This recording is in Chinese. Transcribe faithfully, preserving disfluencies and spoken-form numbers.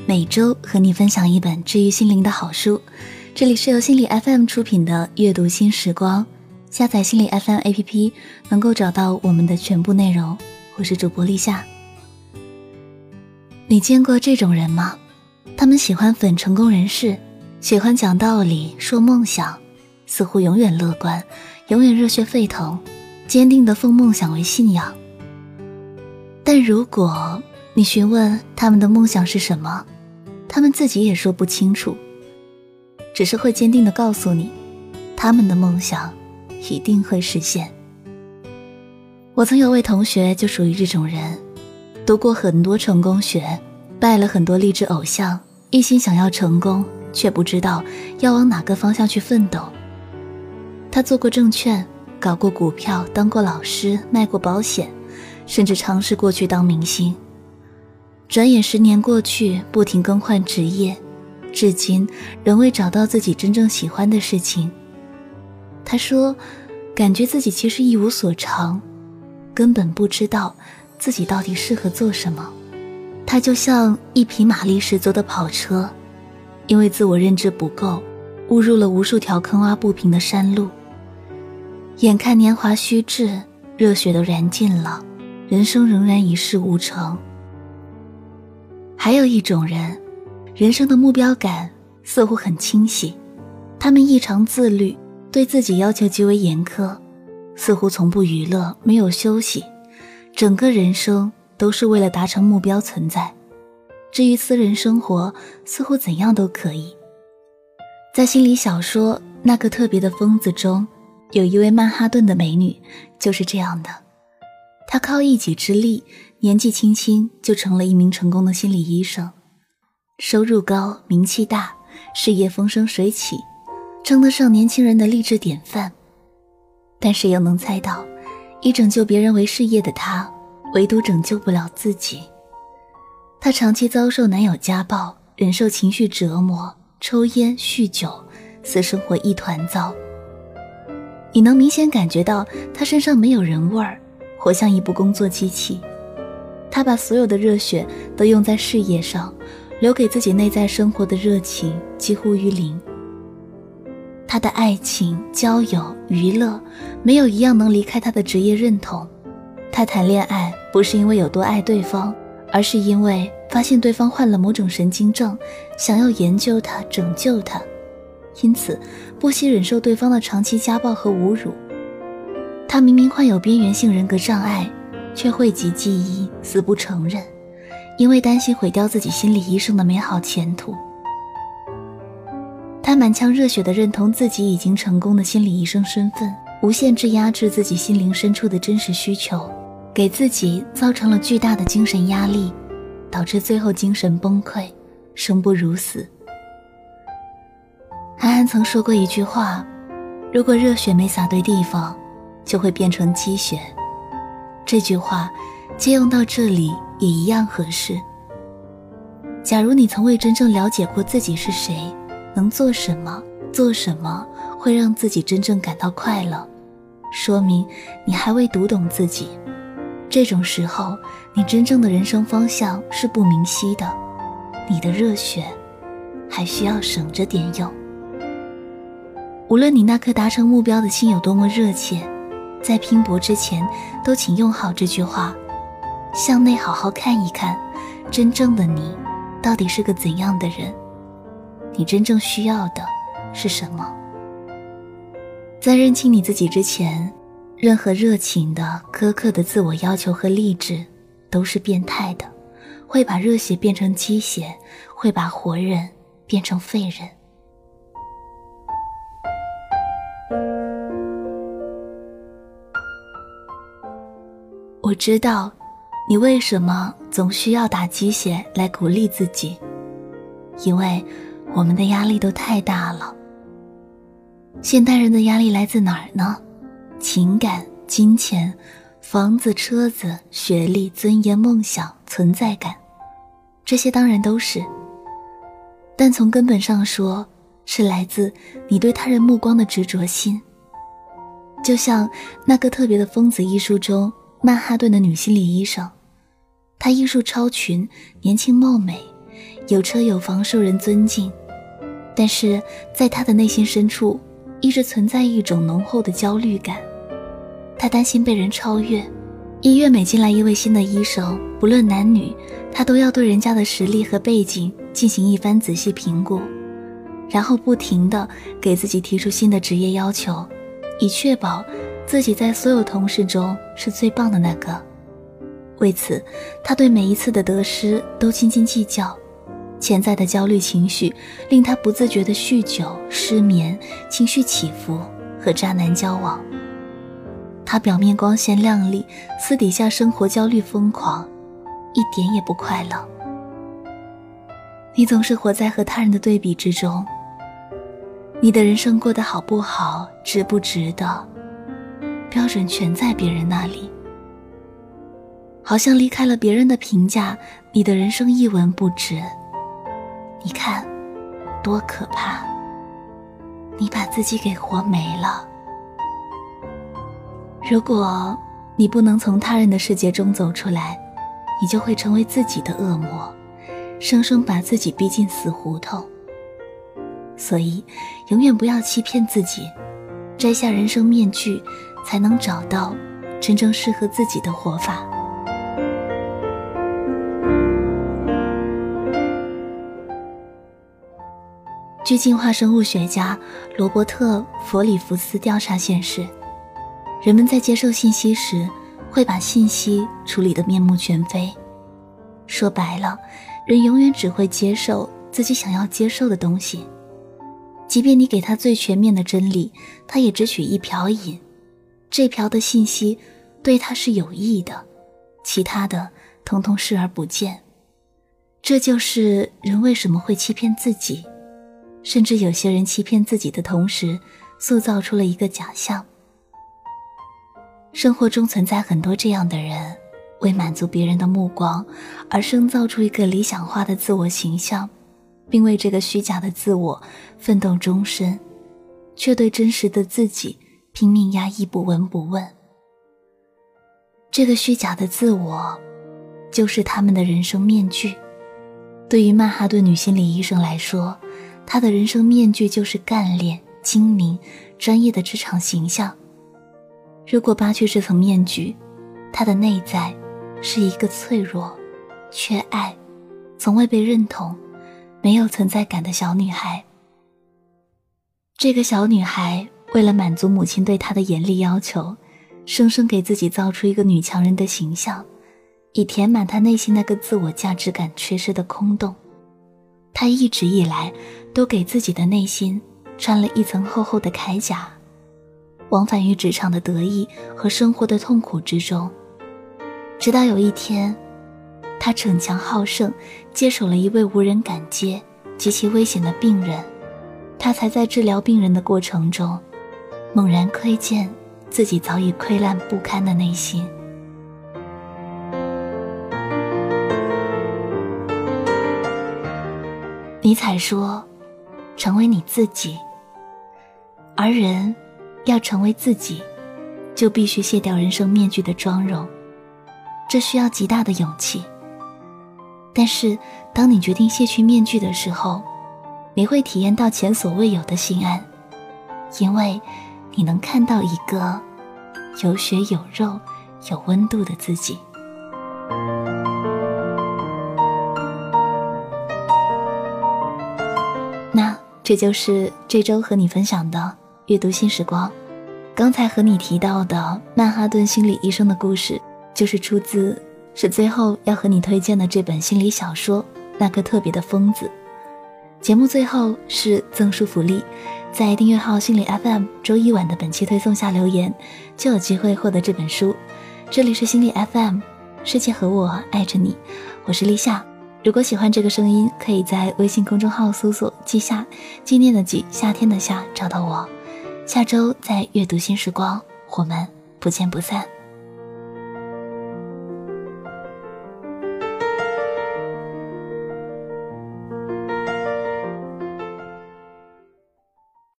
每周和你分享一本治愈心灵的好书。这里是由心理 F M 出品的阅读新时光，下载心理 F M A P P 能够找到我们的全部内容。我是主播立夏。你见过这种人吗？他们喜欢粉成功人士，喜欢讲道理说梦想，似乎永远乐观，永远热血沸腾，坚定地奉梦想为信仰。但如果你询问他们的梦想是什么，他们自己也说不清楚，只是会坚定地告诉你，他们的梦想一定会实现。我曾有位同学就属于这种人，读过很多成功学，拜了很多励志偶像，一心想要成功，却不知道要往哪个方向去奋斗。他做过证券，搞过股票，当过老师，卖过保险，甚至尝试过去当明星。转眼十年过去，不停更换职业，至今仍未找到自己真正喜欢的事情。他说，感觉自己其实一无所长，根本不知道自己到底适合做什么。他就像一匹马力十足的跑车，因为自我认知不够，误入了无数条坑洼不平的山路。眼看年华虚掷，热血都燃尽了，人生仍然一事无成。还有一种人，人生的目标感似乎很清晰，他们异常自律，对自己要求极为严苛，似乎从不娱乐，没有休息，整个人生都是为了达成目标存在。至于私人生活，似乎怎样都可以。在心理小说《那个特别的疯子》中，有一位曼哈顿的美女就是这样的。她靠一己之力，年纪轻轻就成了一名成功的心理医生，收入高，名气大，事业风生水起，称得上年轻人的励志典范。但谁又能猜到，以拯救别人为事业的她，唯独拯救不了自己。她长期遭受男友家暴，忍受情绪折磨，抽烟酗酒，私生活一团糟。你能明显感觉到她身上没有人味儿，活像一部工作机器。她把所有的热血都用在事业上，留给自己内在生活的热情几乎于零。她的爱情、交友、娱乐，没有一样能离开她的职业认同。她谈恋爱不是因为有多爱对方，而是因为发现对方患了某种神经症，想要研究他，拯救他，因此不惜忍受对方的长期家暴和侮辱。他明明患有边缘性人格障碍，却讳疾忌医，死不承认，因为担心毁掉自己心理医生的美好前途。他满腔热血地认同自己已经成功的心理医生身份，无限制压制自己心灵深处的真实需求，给自己造成了巨大的精神压力，导致最后精神崩溃，生不如死。安安曾说过一句话，如果热血没洒对地方，就会变成积雪。这句话借用到这里也一样合适。假如你从未真正了解过自己是谁，能做什么，做什么会让自己真正感到快乐，说明你还未读懂自己。这种时候，你真正的人生方向是不明晰的，你的热血还需要省着点用。无论你那颗达成目标的心有多么热切，在拼搏之前都请用好这句话，向内好好看一看，真正的你到底是个怎样的人，你真正需要的是什么。在认清你自己之前，任何热情的苛刻的自我要求和励志都是变态的，会把热血变成鸡血，会把活人变成废人。我知道你为什么总需要打鸡血来鼓励自己，因为我们的压力都太大了。现代人的压力来自哪儿呢？情感、金钱、房子、车子、学历、尊严、梦想、存在感，这些当然都是，但从根本上说，是来自你对他人目光的执着心。就像《那个特别的疯子》一书中，曼哈顿的女心理医生，她医术超群，年轻貌美， 有车有房，受人尊敬，但是在他的内心深处一直存在一种浓厚的焦虑感。他担心被人超越，医院每进来一位新的医生，不论男女，他都要对人家的实力和背景进行一番仔细评估，然后不停地给自己提出新的职业要求，以确保自己在所有同事中是最棒的那个。为此，他对每一次的得失都斤斤计较，潜在的焦虑情绪令他不自觉地酗酒、失眠、情绪起伏和渣男交往。他表面光鲜亮丽，私底下生活焦虑疯狂，一点也不快乐。你总是活在和他人的对比之中，你的人生过得好不好，值不值得，标准全在别人那里。好像离开了别人的评价，你的人生一文不值。你看，多可怕！你把自己给活没了。如果你不能从他人的世界中走出来，你就会成为自己的恶魔，生生把自己逼进死胡同。所以，永远不要欺骗自己，摘下人生面具，才能找到真正适合自己的活法。据进化生物学家罗伯特·弗里福斯调查显示，人们在接受信息时会把信息处理得面目全非。说白了，人永远只会接受自己想要接受的东西，即便你给他最全面的真理，他也只取一瓢饮，这瓢的信息对他是有益的，其他的统统视而不见。这就是人为什么会欺骗自己，甚至有些人欺骗自己的同时，塑造出了一个假象。生活中存在很多这样的人，为满足别人的目光而生造出一个理想化的自我形象，并为这个虚假的自我奋斗终身，却对真实的自己拼命压抑，不闻不问。这个虚假的自我就是他们的人生面具。对于曼哈顿女心理医生来说，她的人生面具就是干练、精明、专业的职场形象。如果扒去这层面具，她的内在是一个脆弱、缺爱、从未被认同、没有存在感的小女孩。这个小女孩为了满足母亲对她的严厉要求，生生给自己造出一个女强人的形象，以填满她内心那个自我价值感缺失的空洞。她一直以来都给自己的内心穿了一层厚厚的铠甲，往返于职场的得意和生活的痛苦之中。直到有一天，她逞强好胜，接手了一位无人敢接、极其危险的病人，她才在治疗病人的过程中，猛然窥见自己早已溃烂不堪的内心。尼采说，成为你自己，而人要成为自己，就必须卸掉人生面具的妆容，这需要极大的勇气。但是当你决定卸去面具的时候，你会体验到前所未有的心安，因为你能看到一个有血有肉有温度的自己。那这就是这周和你分享的阅读新时光。刚才和你提到的曼哈顿心理医生的故事，就是出自是最后要和你推荐的这本心理小说《那个特别的疯子》。节目最后是赠书福利，在订阅号心理 F M 周一晚的本期推送下留言，就有机会获得这本书。这里是心理 F M， 世界和我爱着你，我是立夏。如果喜欢这个声音，可以在微信公众号搜索季夏，纪念的季，夏天的夏，找到我。下周在阅读新时光，我们不见不散。